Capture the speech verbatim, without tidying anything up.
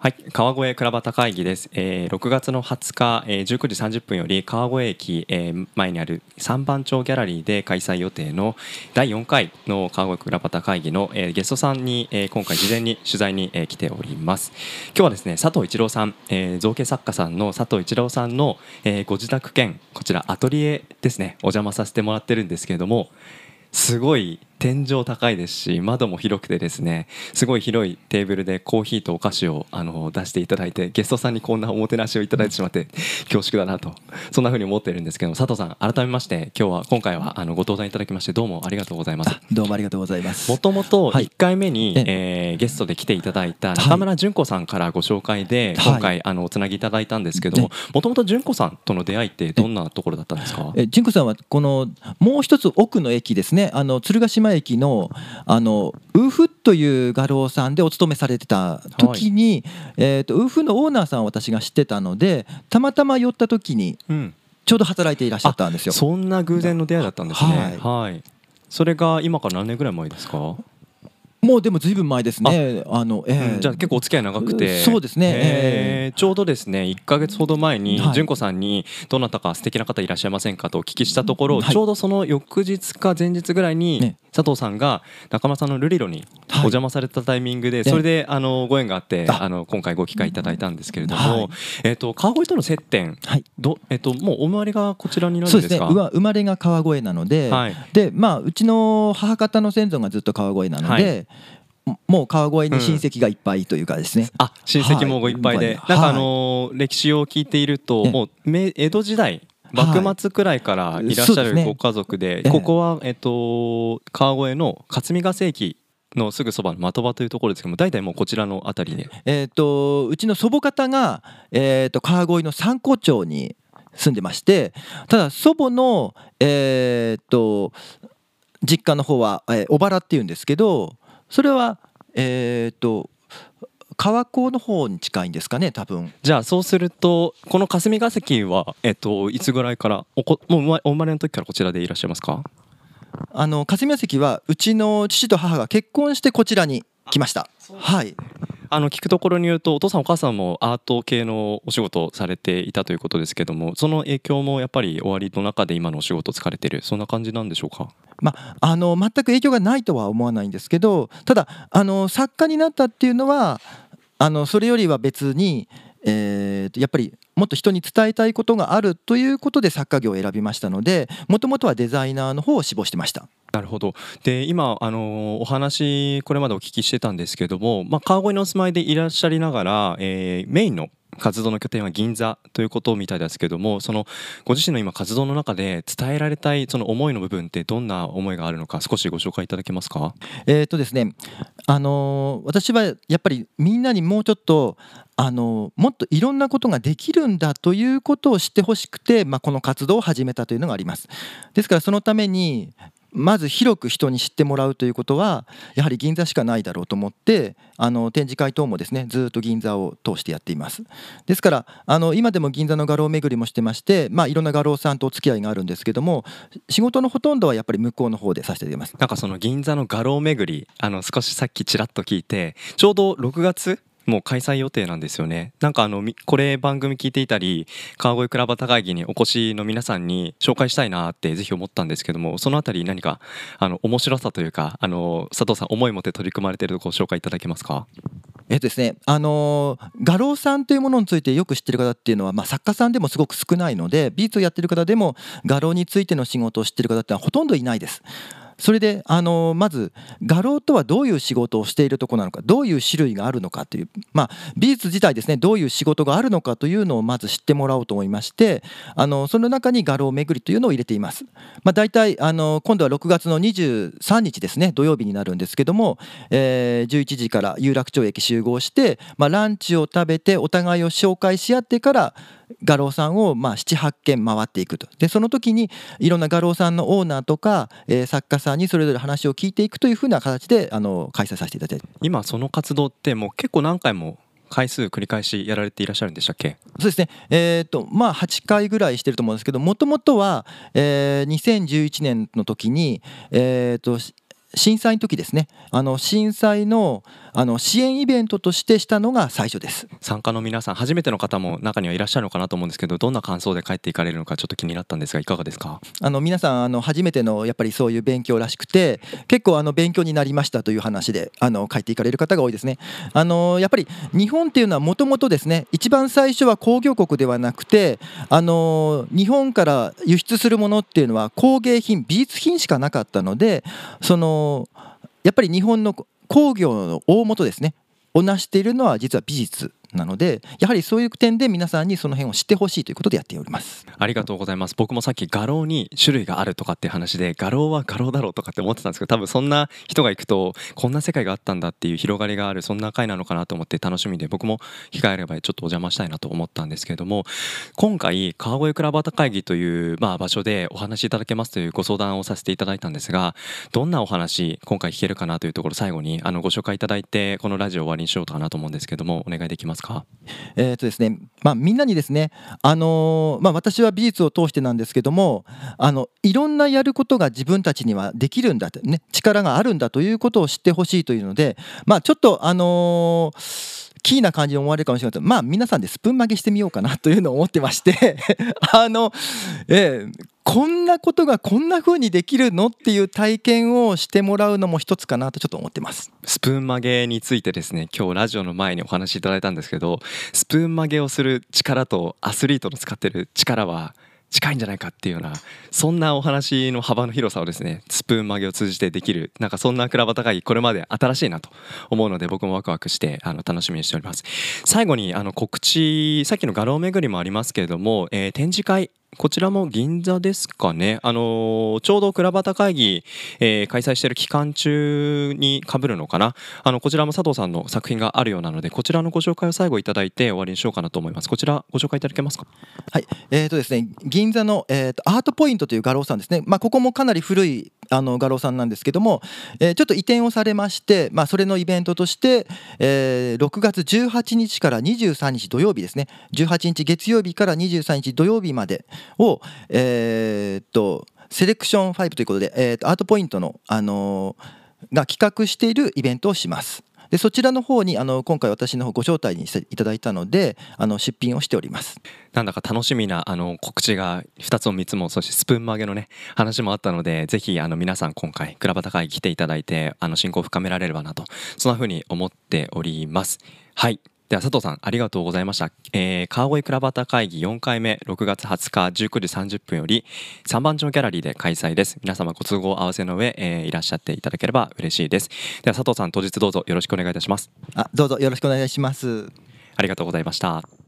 はい、川越倉端会議です、えー、ろくがつのはつか、えー、じゅうくじさんじゅっぷんより川越駅、えー、前にある三番町ギャラリーで開催予定のだいよんかいの川越倉端会議の、えー、ゲストさんに、えー、今回事前に取材に、えー、来ております。今日はですね、佐藤一郎さん、えー、造形作家さんの佐藤一郎さんの、えー、ご自宅兼こちらアトリエですね、お邪魔させてもらってるんですけれども、すごい天井高いですし、窓も広くてですね、すごい広いテーブルでコーヒーとお菓子をあの出していただいて、ゲストさんにこんなおもてなしをいただいてしまって恐縮だなと、そんな風に思っているんですけども、佐藤さん、改めまして今日は今回はあのご登壇いただきましてどうもありがとうございます。 どうもありがとうございます。 もともといっかいめに、 はいえー、ゲストで来ていただいた中村純子さんからご紹介で、 はい、 今回あのおつなぎいただいたんですけども、もともと純子さんとの出会いってどんなところだったんですか？ え純子さんはこのもう一つ奥の駅ですね、あの鶴ヶ島駅のあのウーフという画廊さんでお勤めされてた時に、はい、えー、とウーフのオーナーさんを私が知ってたので、たまたま寄った時にちょうど働いていらっしゃったんですよ。 そんな偶然の出会いだったんですね。はい、はい、それが今から何年ぐらい前ですか？ もうでもずいぶん前ですね。あの、えーうん、じゃあ結構お付き合い長くて、 そうですね、 えー、ちょうどですねいっかげつほど前に純子さんにどなたか素敵な方いらっしゃいませんかとお聞きしたところ、はい、ちょうどその翌日か前日ぐらいに佐藤さんが中村さんのルリロにお邪魔されたタイミングで、はい、それであのご縁があってあの今回ご機会いただいたんですけれども、はい、えー、と川越との接点、はい、どえー、ともうお生まれがこちらになるんですか？ そうですね、生まれが川越なので、はい、でまあ、うちの母方の先祖がずっと川越なので、はい、もう川越に親戚がいっぱいというかですね、うん、 あ、親戚もごいっぱいで、はい、なんかあのー、歴史を聞いていると、もう江戸時代幕末くらいからいらっしゃるご家族で、ここはえっと川越の霞ヶ瀬駅のすぐそばの的場というところですけども、大体もうこちらのあたりで、 えっとうちの祖母方がえっと川越の三湖町に住んでまして、ただ祖母のえっと実家の方は小原っていうんですけど、それはえっと川港の方に近いんですかね、多分。 じゃあそうするとこの霞ヶ関は、えっと、いつぐらいからおこもうお生まれの時からこちらでいらっしゃいますか？ あの霞ヶ関はうちの父と母が結婚してこちらに来ました。はい。 あの聞くところによるとお父さんお母さんもアート系のお仕事をされていたということですけども、その影響もやっぱりおありの中で今のお仕事をされている、そんな感じなんでしょうか？ まあ、あの全く影響がないとは思わないんですけど、ただあの作家になったっていうのはあのそれよりは別に、えー、とやっぱりもっと人に伝えたいことがあるということで作家業を選びましたので、もともとはデザイナーの方を志望してました。 なるほど。で今あのお話これまでお聞きしてたんですけども、まあ、川越にお住まいでいらっしゃりながら、えー、メインの活動の拠点は銀座ということみたいですけども、そのご自身の今活動の中で伝えられたいその思いの部分ってどんな思いがあるのか、少しご紹介いただけますか？ えーとですね、あのー、私はやっぱりみんなにもうちょっとあのもっといろんなことができるんだということを知ってほしくて、まあ、この活動を始めたというのがあります。ですからそのためにまず広く人に知ってもらうということはやはり銀座しかないだろうと思って、あの展示会等もですねずっと銀座を通してやっています。ですからあの今でも銀座の画廊巡りもしてまして、まあ、いろんな画廊さんとお付き合いがあるんですけども、仕事のほとんどはやっぱり向こうの方でさせていただきます。 なんかその銀座の画廊巡り、あの少しさっきちらっと聞いて、ちょうどろくがつもう開催予定なんですよね。なんかあのこれ番組聞いていたり川越倉端会議にお越しの皆さんに紹介したいなってぜひ思ったんですけども、そのあたり何かあの面白さというか、あの佐藤さん思い持って取り組まれているところを紹介いただけますか？ えっとですね、あのー、画廊さんというものについてよく知ってる方っていうのは、まあ、作家さんでもすごく少ないので、美術をやってる方でも画廊についての仕事を知ってる方ってのはほとんどいないです。それであのまず画廊とはどういう仕事をしているところなのか、どういう種類があるのかという、まあ、美術自体ですね、どういう仕事があるのかというのをまず知ってもらおうと思いまして、あのその中に画廊巡りというのを入れています。まあ、大体あの今度はろくがつのにじゅうさんにちですね、土曜日になるんですけども、えー、じゅういちじから有楽町駅集合して、まあ、ランチを食べてお互いを紹介し合ってから画廊さんをまあななはっけん回っていくと。でその時にいろんな画廊さんのオーナーとか、えー、作家さんにそれぞれ話を聞いていくというふうな形であの開催させていただいて、 今その活動ってもう結構何回も回数繰り返しやられていらっしゃるんでしたっけ？ そうですね、えーとまあ、はちかいぐらいしてると思うんですけど、もともとは、えー、にせんじゅういちねんの時に、えーと震災の時ですね、あの震災のあの支援イベントとしてしたのが最初です。 参加の皆さん、初めての方も中にはいらっしゃるのかなと思うんですけど、どんな感想で帰っていかれるのかちょっと気になったんですが、いかがですか？ あの皆さんあの初めてのやっぱりそういう勉強らしくて、結構あの勉強になりましたという話であの帰っていかれる方が多いですね。あのやっぱり日本っていうのはもともとですね、一番最初は工業国ではなくて、あの日本から輸出するものっていうのは工芸品、美術品しかなかったので、そのやっぱり日本の工業の大元ですねを成しているのは実は美術なので、やはりそういう点で皆さんにその辺を知ってほしいということでやっております。 ありがとうございます。僕もさっき画廊に種類があるとかっていう話で、画廊は画廊だろうとかって思ってたんですけど、多分そんな人が行くとこんな世界があったんだっていう広がりがある、そんな回なのかなと思って楽しみで、僕も機会あればちょっとお邪魔したいなと思ったんですけれども、今回川越クラブ旗会議という、まあ、場所でお話しいただけますというご相談をさせていただいたんですが、どんなお話今回聞けるかなというところ、最後にあのご紹介いただいてこのラジオを終わりにしようかなと思うんですけども、お願いできますか？ えーとですねまあ、みんなにですね、あのーまあ、私は美術を通してなんですけども、あのいろんなやることが自分たちにはできるんだって、ね、力があるんだということを知ってほしいというので、まあ、ちょっとあのーキーな感じに思われるかもしれません。まあ皆さんでスプーン曲げしてみようかなというのを思ってましてあの、えーこんなことがこんな風にできるのっていう体験をしてもらうのも一つかなとちょっと思ってます。 スプーン曲げについてですね、今日ラジオの前にお話しいただいたんですけど、スプーン曲げをする力とアスリートの使ってる力は近いんじゃないかっていうような、そんなお話の幅の広さをですね、スプーン曲げを通じてできる、なんかそんなクラブ旗会議、これまで新しいなと思うので、僕もワクワクしてあの楽しみにしております。最後にあの告知、さっきの画廊巡りもありますけれども、えー展示会、こちらも銀座ですかね、あのーちょうどクラブ旗会議、えー開催している期間中に被るのかな、あのこちらも佐藤さんの作品があるようなので、こちらのご紹介を最後いただいて終わりにしようかなと思います。こちらご紹介いただけますか？ はい、えーとですね、銀座の、えーとアートポイントという画廊さんですね、まあ、ここもかなり古いあの画廊さんなんですけども、えーちょっと移転をされまして、まあ、それのイベントとして、えーろくがつじゅうはちにちからにじゅうさんにち土曜日ですね、じゅうはちにち月曜日からにじゅうさんにち土曜日までを、えーっとセレクションファイブということで、えーとアートポイントの、あのーが企画しているイベントをします。でそちらの方にあの今回私の方ご招待にしていただいたので、あの出品をしております。 なんだか楽しみなあの告知がふたつもみっつも、そしてスプーン曲げのね話もあったので、ぜひあの皆さん今回クラブ旗会議来ていただいて、あの進行を深められればなと、そんな風に思っております。はい、では佐藤さんありがとうございました。えー、川越クラブ旗会議よんかいめ、ろくがつはつかじゅうくじさんじゅっぷんよりさんばん町ギャラリーで開催です。皆様ご都合合わせの上、えーいらっしゃっていただければ嬉しいです。では佐藤さん、当日どうぞよろしくお願いいたします。 あどうぞよろしくお願いします。 ありがとうございました。